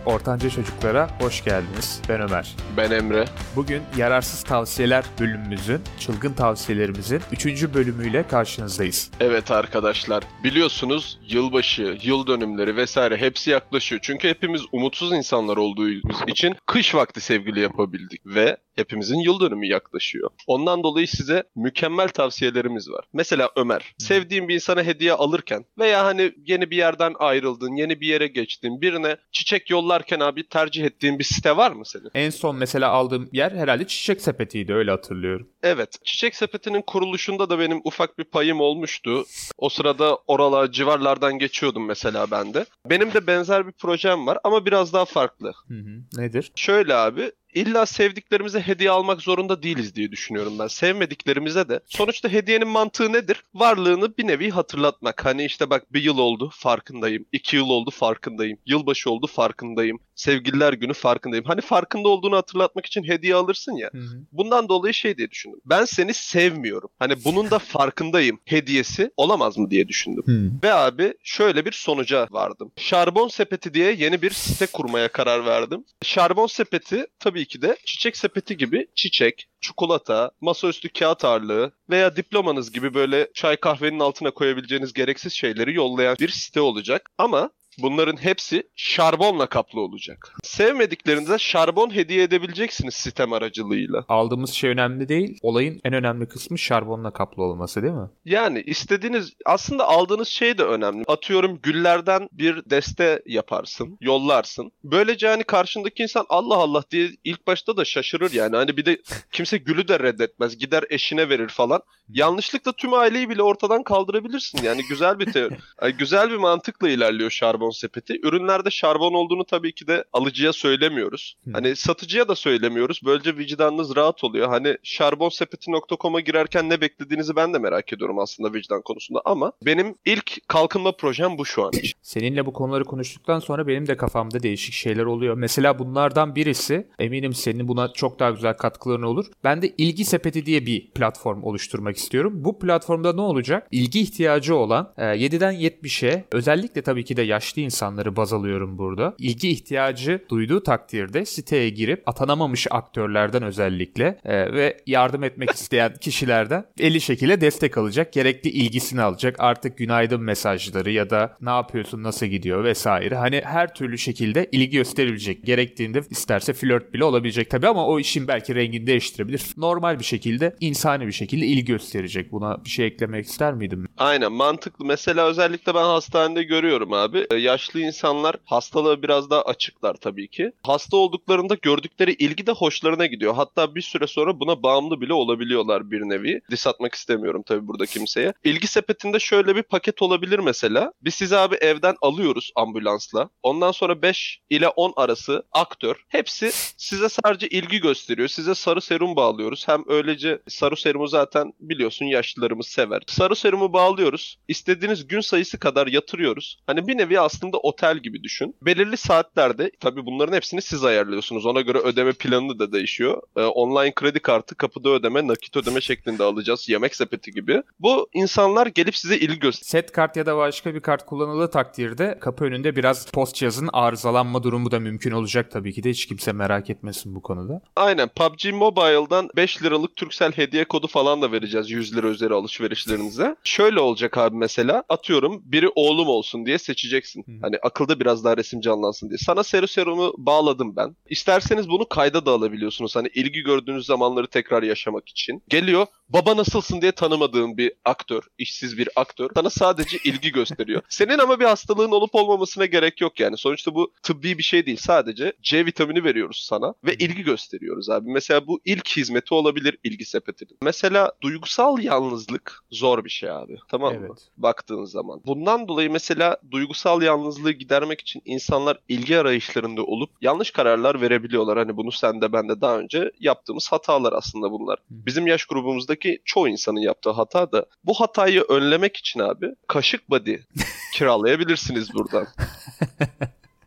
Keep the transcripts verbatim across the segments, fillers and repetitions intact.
Ortanca Çocuklara hoş geldiniz. Ben Ömer. Ben Emre. Bugün Yararsız Tavsiyeler bölümümüzün, çılgın tavsiyelerimizin üçüncü bölümüyle karşınızdayız. Evet arkadaşlar, biliyorsunuz yılbaşı, yıl dönümleri vesaire hepsi yaklaşıyor. Çünkü hepimiz umutsuz insanlar olduğumuz için kış vakti sevgili yapabildik ve hepimizin yıl dönümü yaklaşıyor. Ondan dolayı size mükemmel tavsiyelerimiz var. Mesela Ömer, sevdiğin bir insana hediye alırken veya hani yeni bir yerden ayrıldın, yeni bir yere geçtin, birine çiçek yollarken abi tercih ettiğin bir site var mı senin? En son mesela aldığım yer herhalde Çiçek Sepeti'ydi, öyle hatırlıyorum. Evet, Çiçek Sepeti'nin kuruluşunda da benim ufak bir payım olmuştu. O sırada oralar, civarlardan geçiyordum mesela ben de. Benim de benzer bir projem var ama biraz daha farklı. Hı hı. Nedir? Şöyle abi, İlla sevdiklerimize hediye almak zorunda değiliz diye düşünüyorum ben. Sevmediklerimize de. Sonuçta hediyenin mantığı nedir? Varlığını bir nevi hatırlatmak. Hani işte bak bir yıl oldu farkındayım. iki yıl oldu farkındayım. Yılbaşı oldu farkındayım. Sevgililer günü farkındayım. Hani farkında olduğunu hatırlatmak için hediye alırsın ya. Hı hı. Bundan dolayı şey diye düşündüm. Ben seni sevmiyorum. Hani bunun da farkındayım hediyesi olamaz mı diye düşündüm. Hı. Ve abi şöyle bir sonuca vardım. Şarbon Sepeti diye yeni bir site kurmaya karar verdim. Şarbon Sepeti tabii ki de Çiçek Sepeti gibi çiçek, çikolata, masaüstü kağıt ağırlığı veya diplomanız gibi böyle çay kahvenin altına koyabileceğiniz gereksiz şeyleri yollayan bir site olacak. Ama bunların hepsi şarbonla kaplı olacak. Sevmediklerinize şarbon hediye edebileceksiniz sitem aracılığıyla. Aldığımız şey önemli değil. Olayın en önemli kısmı şarbonla kaplı olması değil mi? Yani istediğiniz, aslında aldığınız şey de önemli. Atıyorum güllerden bir deste yaparsın, yollarsın. Böylece hani karşındaki insan Allah Allah diye ilk başta da şaşırır yani. Hani bir de kimse gülü de reddetmez. Gider eşine verir falan. Yanlışlıkla tüm aileyi bile ortadan kaldırabilirsin. Yani güzel bir teori. Yani güzel bir mantıkla ilerliyor şarbon sepeti. Ürünlerde şarbon olduğunu tabii ki de alıcıya söylemiyoruz. Hani satıcıya da söylemiyoruz. Böylece vicdanınız rahat oluyor. Hani şarbonsepeti nokta com'a girerken ne beklediğinizi ben de merak ediyorum aslında vicdan konusunda ama benim ilk kalkınma projem bu şu an için. Seninle bu konuları konuştuktan sonra benim de kafamda değişik şeyler oluyor. Mesela bunlardan birisi, eminim senin buna çok daha güzel katkıların olur. Ben de İlgi Sepeti diye bir platform oluşturmak istiyorum. Bu platformda ne olacak? İlgi ihtiyacı olan yediden yetmişe, özellikle tabii ki de yaşlı insanları baz alıyorum burada. İlgi ihtiyacı duyduğu takdirde siteye girip atanamamış aktörlerden özellikle e, ve yardım etmek isteyen kişilerden belli şekilde destek alacak. Gerekli ilgisini alacak. Artık günaydın mesajları ya da ne yapıyorsun, nasıl gidiyor vesaire. Hani her türlü şekilde ilgi gösterilecek. Gerektiğinde isterse flört bile olabilecek tabii ama o işin belki rengini değiştirebilir. Normal bir şekilde, insani bir şekilde ilgi gösterecek. Buna bir şey eklemek ister miydin? Aynen, mantıklı. Mesela özellikle ben hastanede görüyorum abi. Yaşlı insanlar hastalığa biraz daha açıklar tabii ki. Hasta olduklarında gördükleri ilgi de hoşlarına gidiyor. Hatta bir süre sonra buna bağımlı bile olabiliyorlar bir nevi. Diss atmak istemiyorum tabii burada kimseye. İlgi sepetinde şöyle bir paket olabilir mesela. Biz sizi abi evden alıyoruz ambulansla. Ondan sonra beş ile on arası aktör. Hepsi size sadece ilgi gösteriyor. Size sarı serum bağlıyoruz. Hem öylece sarı serumu zaten biliyorsun yaşlılarımız sever. Sarı serumu bağlıyoruz. İstediğiniz gün sayısı kadar yatırıyoruz. Hani bir nevi aslında otel gibi düşün. Belirli saatlerde tabii bunların hepsini siz ayarlıyorsunuz. Ona göre ödeme planı da değişiyor. Ee, online kredi kartı, kapıda ödeme, nakit ödeme şeklinde alacağız. Yemek sepeti gibi. Bu insanlar gelip size ilgi gösteriyor. Set kart ya da başka bir kart kullanıldığı takdirde kapı önünde biraz post cihazın arızalanma durumu da mümkün olacak tabii ki de, hiç kimse merak etmesin bu konuda. Aynen, P U B G Mobile'dan beş liralık Turkcell hediye kodu falan da vereceğiz yüz lira üzeri alışverişlerinize. Şöyle olacak abi, mesela atıyorum biri oğlum olsun diye seçeceksin. Hmm. Hani akılda biraz daha resim canlansın diye. Sana seru serumu bağladım ben. İsterseniz bunu kayda da alabiliyorsunuz. Hani ilgi gördüğünüz zamanları tekrar yaşamak için. Geliyor, baba nasılsın diye tanımadığın bir aktör, işsiz bir aktör sana sadece ilgi gösteriyor. Senin ama bir hastalığın olup olmamasına gerek yok yani. Sonuçta bu tıbbi bir şey değil. Sadece C vitamini veriyoruz sana ve ilgi gösteriyoruz abi. Mesela bu ilk hizmeti olabilir ilgi sepetinin. Mesela duygusal yalnızlık zor bir şey abi. Tamam mı? Evet. Baktığın zaman. Bundan dolayı mesela duygusal yalnızlığı gidermek için insanlar ilgi arayışlarında olup yanlış kararlar verebiliyorlar. Hani bunu sen de ben de daha önce yaptığımız hatalar aslında bunlar. Bizim yaş grubumuzdaki çoğu insanın yaptığı hata da. Bu hatayı önlemek için abi kaşık body kiralayabilirsiniz buradan.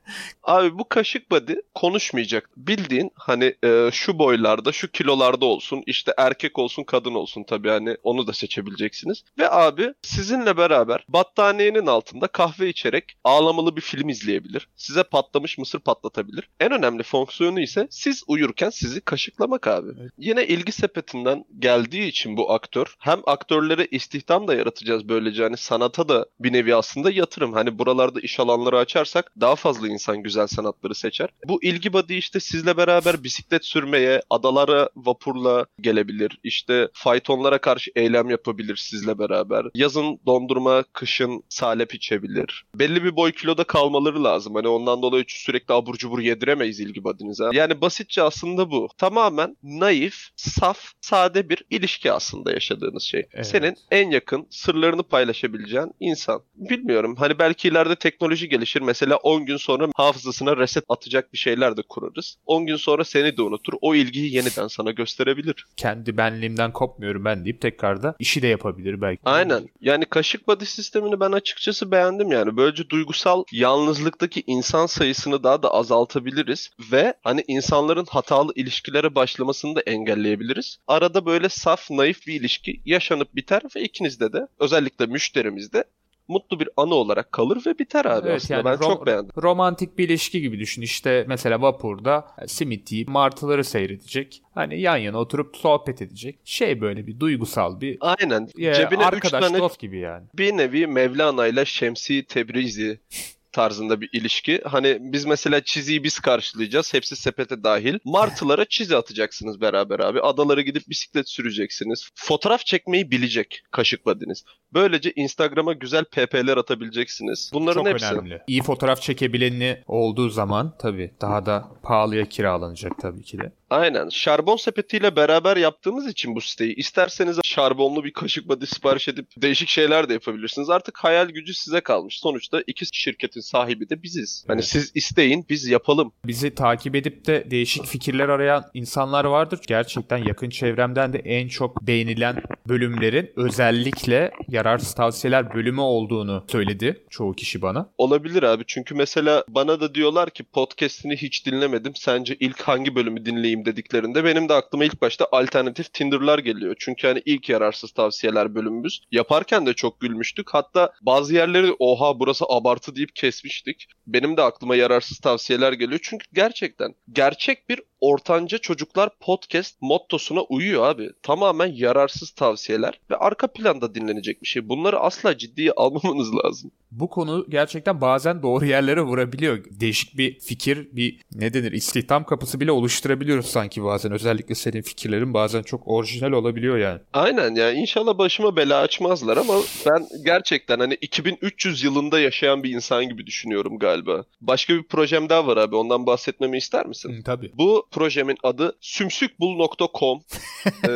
Abi bu kaşık body konuşmayacak. Bildiğin hani e, şu boylarda, şu kilolarda olsun. İşte erkek olsun, kadın olsun tabii, hani onu da seçebileceksiniz. Ve abi sizinle beraber battaniyenin altında kahve içerek ağlamalı bir film izleyebilir. Size patlamış mısır patlatabilir. En önemli fonksiyonu ise siz uyurken sizi kaşıklamak abi. Evet. Yine ilgi sepetinden geldiği için bu aktör, hem aktörlere istihdam da yaratacağız böylece, hani sanata da bir nevi aslında yatırım. Hani buralarda iş alanları açarsak daha fazla insan güzel sanatları seçer. Bu ilgi body işte sizle beraber bisiklet sürmeye, adalara vapurla gelebilir. İşte faytonlara karşı eylem yapabilir sizle beraber. Yazın dondurma, kışın salep içebilir. Belli bir boy kiloda kalmaları lazım. Hani ondan dolayı sürekli abur cubur yediremeyiz ilgi body'nize. Yani basitçe aslında bu. Tamamen naif, saf, sade bir ilişki aslında yaşadığınız şey. Evet. Senin en yakın, sırlarını paylaşabileceğin insan. Bilmiyorum. Hani belki ileride teknoloji gelişir. Mesela on gün sonra hafızasına reset atacak bir şeyler de kurarız. on gün sonra seni de unutur. O ilgiyi yeniden sana gösterebilir. Kendi benliğimden kopmuyorum ben deyip tekrar da işi de yapabilir belki. Aynen. Yani kaşık body sistemini ben açıkçası beğendim yani. Böylece duygusal yalnızlıktaki insan sayısını daha da azaltabiliriz ve hani insanların hatalı ilişkilere başlamasını da engelleyebiliriz. Arada böyle saf, naif bir ilişki yaşanıp biter ve ikinizde de, özellikle müşterimizde, mutlu bir anı olarak kalır ve biter abi evet, aslında. Yani ben rom- çok beğendim. Romantik bir ilişki gibi düşün. İşte mesela vapurda simit yiyip martıları seyredecek. Hani yan yana oturup sohbet edecek. Şey, böyle bir duygusal bir aynen. E, Cebine arkadaş üç tane dost gibi yani. Bir nevi Mevlana ile Şemsi Tebrizi tarzında bir ilişki. Hani biz mesela çiziyi biz karşılayacağız. Hepsi sepete dahil. Martılara çizi atacaksınız beraber abi. Adalara gidip bisiklet süreceksiniz. Fotoğraf çekmeyi bilecek kaşık body'niz. Böylece Instagram'a güzel P P'ler atabileceksiniz. Bunların çok hepsi. Çok önemli. İyi fotoğraf çekebileni olduğu zaman tabii daha da pahalıya kiralanacak tabii ki de. Aynen. Şarbon sepetiyle beraber yaptığımız için bu siteyi, isterseniz şarbonlu bir kaşık body sipariş edip değişik şeyler de yapabilirsiniz. Artık hayal gücü size kalmış. Sonuçta iki şirketin sahibi de biziz. Hani evet. Siz isteyin, biz yapalım. Bizi takip edip de değişik fikirler arayan insanlar vardır. Gerçekten yakın çevremden de en çok beğenilen bölümlerin özellikle yararsız tavsiyeler bölümü olduğunu söyledi çoğu kişi bana. Olabilir abi. Çünkü mesela bana da diyorlar ki podcast'ini hiç dinlemedim. Sence ilk hangi bölümü dinleyeyim dediklerinde benim de aklıma ilk başta alternatif Tinder'lar geliyor. Çünkü hani ilk yararsız tavsiyeler bölümümüz. Yaparken de çok gülmüştük. Hatta bazı yerleri oha burası abartı deyip kesmiştik. Benim de aklıma yararsız tavsiyeler geliyor. Çünkü gerçekten gerçek bir ortanca çocuklar podcast mottosuna uyuyor abi. Tamamen yararsız tavsiyeler ve arka planda dinlenecek bir şey. Bunları asla ciddiye almamanız lazım. Bu konu gerçekten bazen doğru yerlere vurabiliyor. Değişik bir fikir, bir ne denir, istihdam kapısı bile oluşturabiliyoruz sanki bazen. Özellikle senin fikirlerin bazen çok orijinal olabiliyor yani. Aynen ya, inşallah başıma bela açmazlar ama ben gerçekten hani iki bin üç yüz yılında yaşayan bir insan gibi düşünüyorum galiba. Başka bir projem daha var abi, ondan bahsetmemi ister misin? Hı, tabii. Bu projemin adı sümsükbul nokta com. ee...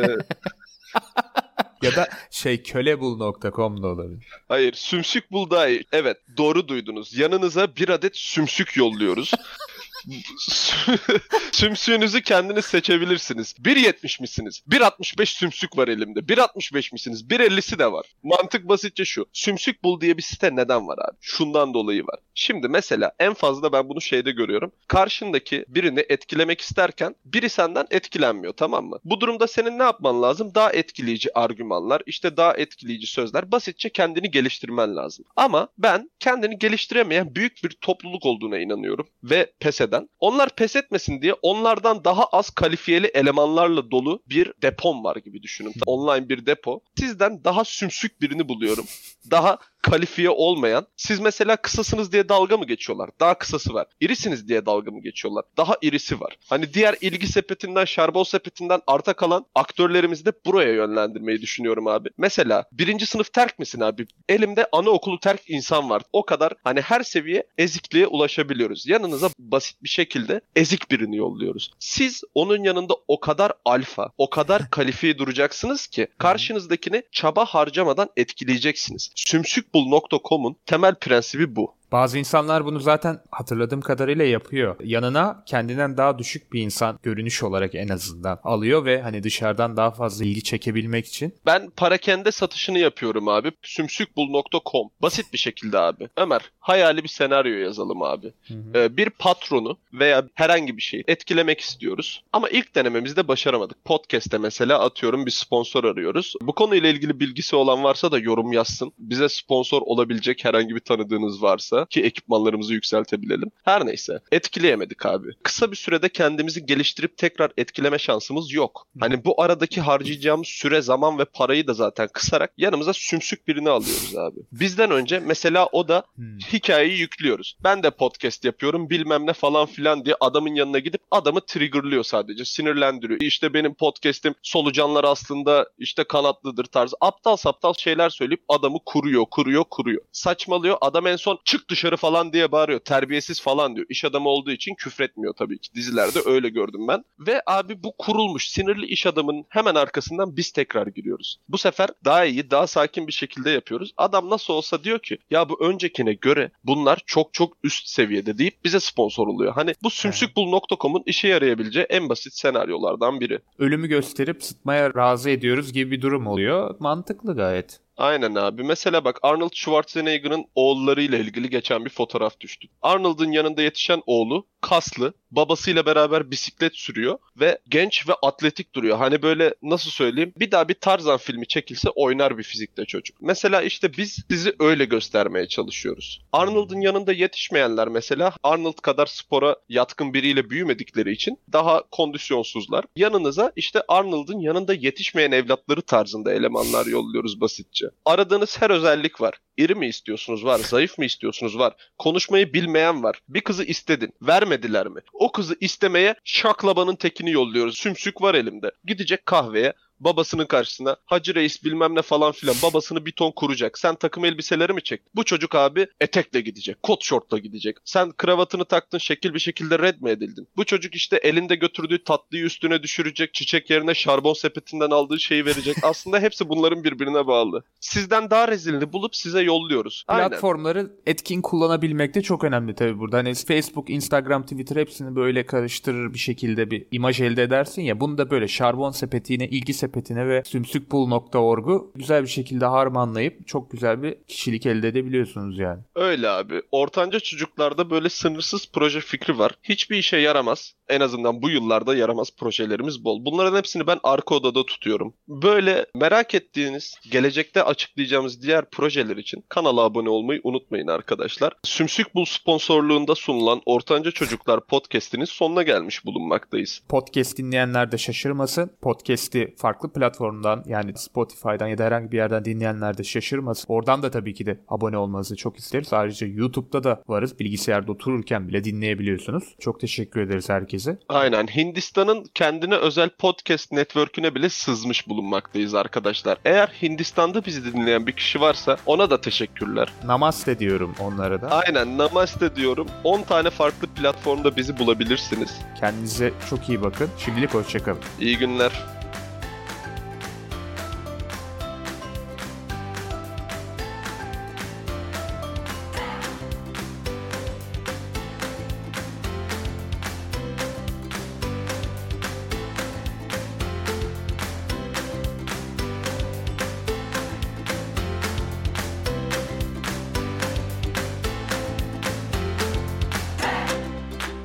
Ya da şey kölebul nokta com da olabilir. Hayır, sümsükbul daha iyi. Evet, doğru duydunuz. Yanınıza bir adet sümsük yolluyoruz. Sümsüğünüzü kendiniz seçebilirsiniz. bir yetmiş misiniz? bir altmış beş sümsük var elimde. bir altmış beş misiniz? bir ellisi de var. Mantık basitçe şu. Sümsük bul diye bir site neden var abi? Şundan dolayı var. Şimdi mesela en fazla ben bunu şeyde görüyorum. Karşındaki birini etkilemek isterken biri senden etkilenmiyor, tamam mı? Bu durumda senin ne yapman lazım? Daha etkileyici argümanlar, işte daha etkileyici sözler. Basitçe kendini geliştirmen lazım. Ama ben kendini geliştiremeyen büyük bir topluluk olduğuna inanıyorum. Ve pes eden. Onlar pes etmesin diye onlardan daha az kalifiyeli elemanlarla dolu bir depom var gibi düşünün. Online bir depo. Sizden daha sümsük birini buluyorum. Daha kalifiye olmayan. Siz mesela kısasınız diye dalga mı geçiyorlar? Daha kısası var. İrisiniz diye dalga mı geçiyorlar? Daha irisi var. Hani diğer ilgi sepetinden, şarbon sepetinden arta kalan aktörlerimizi de buraya yönlendirmeyi düşünüyorum abi. Mesela birinci sınıf terk misin abi? Elimde anaokulu terk insan var. O kadar hani her seviye ezikliğe ulaşabiliyoruz. Yanınıza basit bir şekilde ezik birini yolluyoruz. Siz onun yanında o kadar alfa, o kadar kalifiye duracaksınız ki karşınızdakini çaba harcamadan etkileyeceksiniz. sümsükbul nokta com'un temel prensibi bu. Bazı insanlar bunu zaten hatırladığım kadarıyla yapıyor. Yanına kendinden daha düşük bir insan görünüş olarak en azından alıyor ve hani dışarıdan daha fazla ilgi çekebilmek için. Ben parakende satışını yapıyorum abi. sümsükbul nokta com. Basit bir şekilde abi. Ömer, hayali bir senaryo yazalım abi. Hı hı. Ee, bir patronu veya herhangi bir şeyi etkilemek istiyoruz. Ama ilk denememizde başaramadık. Podcast'te mesela atıyorum bir sponsor arıyoruz. Bu konuyla ilgili bilgisi olan varsa da yorum yazsın. Bize sponsor olabilecek herhangi bir tanıdığınız varsa ki ekipmanlarımızı yükseltebilelim. Her neyse. Etkileyemedik abi. Kısa bir sürede kendimizi geliştirip tekrar etkileme şansımız yok. Hani bu aradaki harcayacağımız süre, zaman ve parayı da zaten kısarak yanımıza sümsük birini alıyoruz abi. Bizden önce mesela o da Hmm. hikayeyi yüklüyoruz. Ben de podcast yapıyorum bilmem ne falan filan diye adamın yanına gidip adamı triggerlıyor sadece. Sinirlendiriyor. İşte benim podcast'im solucanlar aslında işte kanatlıdır tarzı. Aptal saptal şeyler söyleyip adamı kuruyor, kuruyor, kuruyor. Saçmalıyor. Adam en son çık dışarı falan diye bağırıyor. Terbiyesiz falan diyor. İş adamı olduğu için küfretmiyor tabii ki. Dizilerde öyle gördüm ben. Ve abi bu kurulmuş sinirli iş adamının hemen arkasından biz tekrar giriyoruz. Bu sefer daha iyi, daha sakin bir şekilde yapıyoruz. Adam nasıl olsa diyor ki ya bu öncekine göre bunlar çok çok üst seviyede deyip bize sponsor oluyor. Hani bu sümsükbul nokta com'un işe yarayabileceği en basit senaryolardan biri. Ölümü gösterip sıtmaya razı ediyoruz gibi bir durum oluyor. Mantıklı gayet. Aynen abi. Mesela bak Arnold Schwarzenegger'ın oğullarıyla ilgili geçen bir fotoğraf düştü. Arnold'un yanında yetişen oğlu kaslı, babasıyla beraber bisiklet sürüyor ve genç ve atletik duruyor. Hani böyle nasıl söyleyeyim? Bir daha bir Tarzan filmi çekilse oynar bir fizikte çocuk. Mesela işte biz sizi öyle göstermeye çalışıyoruz. Arnold'un yanında yetişmeyenler mesela Arnold kadar spora yatkın biriyle büyümedikleri için daha kondisyonsuzlar. Yanınıza işte Arnold'un yanında yetişmeyen evlatları tarzında elemanlar yolluyoruz basitçe. Aradığınız her özellik var. İri mi istiyorsunuz var, zayıf mı istiyorsunuz var, konuşmayı bilmeyen var. Bir kızı istedin, vermediler mi? O kızı istemeye şaklabanın tekini yolluyoruz. Sümsük var elimde. Gidecek kahveye, babasının karşısına Hacı Reis bilmem ne falan filan babasını bir ton kuracak. Sen takım elbiseleri mi çektin? Bu çocuk abi etekle gidecek. Kot şortla gidecek. Sen kravatını taktın şekil bir şekilde red mi edildin? Bu çocuk işte elinde götürdüğü tatlıyı üstüne düşürecek. Çiçek yerine şarbon sepetinden aldığı şeyi verecek. Aslında hepsi bunların birbirine bağlı. Sizden daha rezilini bulup size yolluyoruz. Aynen. Platformları etkin kullanabilmek de çok önemli tabii burada. Hani Facebook, Instagram, Twitter hepsini böyle karıştırır bir şekilde bir imaj elde edersin ya. Bunu da böyle şarbon sepetine, ilgi sepetine ve sümsükbul nokta org'u güzel bir şekilde harmanlayıp çok güzel bir kişilik elde edebiliyorsunuz yani. Öyle abi. Ortanca çocuklarda böyle sınırsız proje fikri var. Hiçbir işe yaramaz. En azından bu yıllarda yaramaz projelerimiz bol. Bunların hepsini ben arka odada tutuyorum. Böyle merak ettiğiniz, gelecekte açıklayacağımız diğer projeler için kanala abone olmayı unutmayın arkadaşlar. Sümsükbul sponsorluğunda sunulan Ortanca Çocuklar podcast'inin sonuna gelmiş bulunmaktayız. Podcast dinleyenler de şaşırmasın. Podcast'i farklı platformdan yani Spotify'dan ya da herhangi bir yerden dinleyenler de şaşırmasın. Oradan da tabii ki de abone olmanızı çok isteriz. Ayrıca YouTube'da da varız. Bilgisayarda otururken bile dinleyebiliyorsunuz. Çok teşekkür ederiz herkese. Aynen. Hindistan'ın kendine özel podcast network'üne bile sızmış bulunmaktayız arkadaşlar. Eğer Hindistan'da bizi dinleyen bir kişi varsa ona da teşekkürler. Namaste diyorum onlara da. Aynen. Namaste diyorum. on tane farklı platformda bizi bulabilirsiniz. Kendinize çok iyi bakın. Şimdilik hoşça kalın. İyi günler.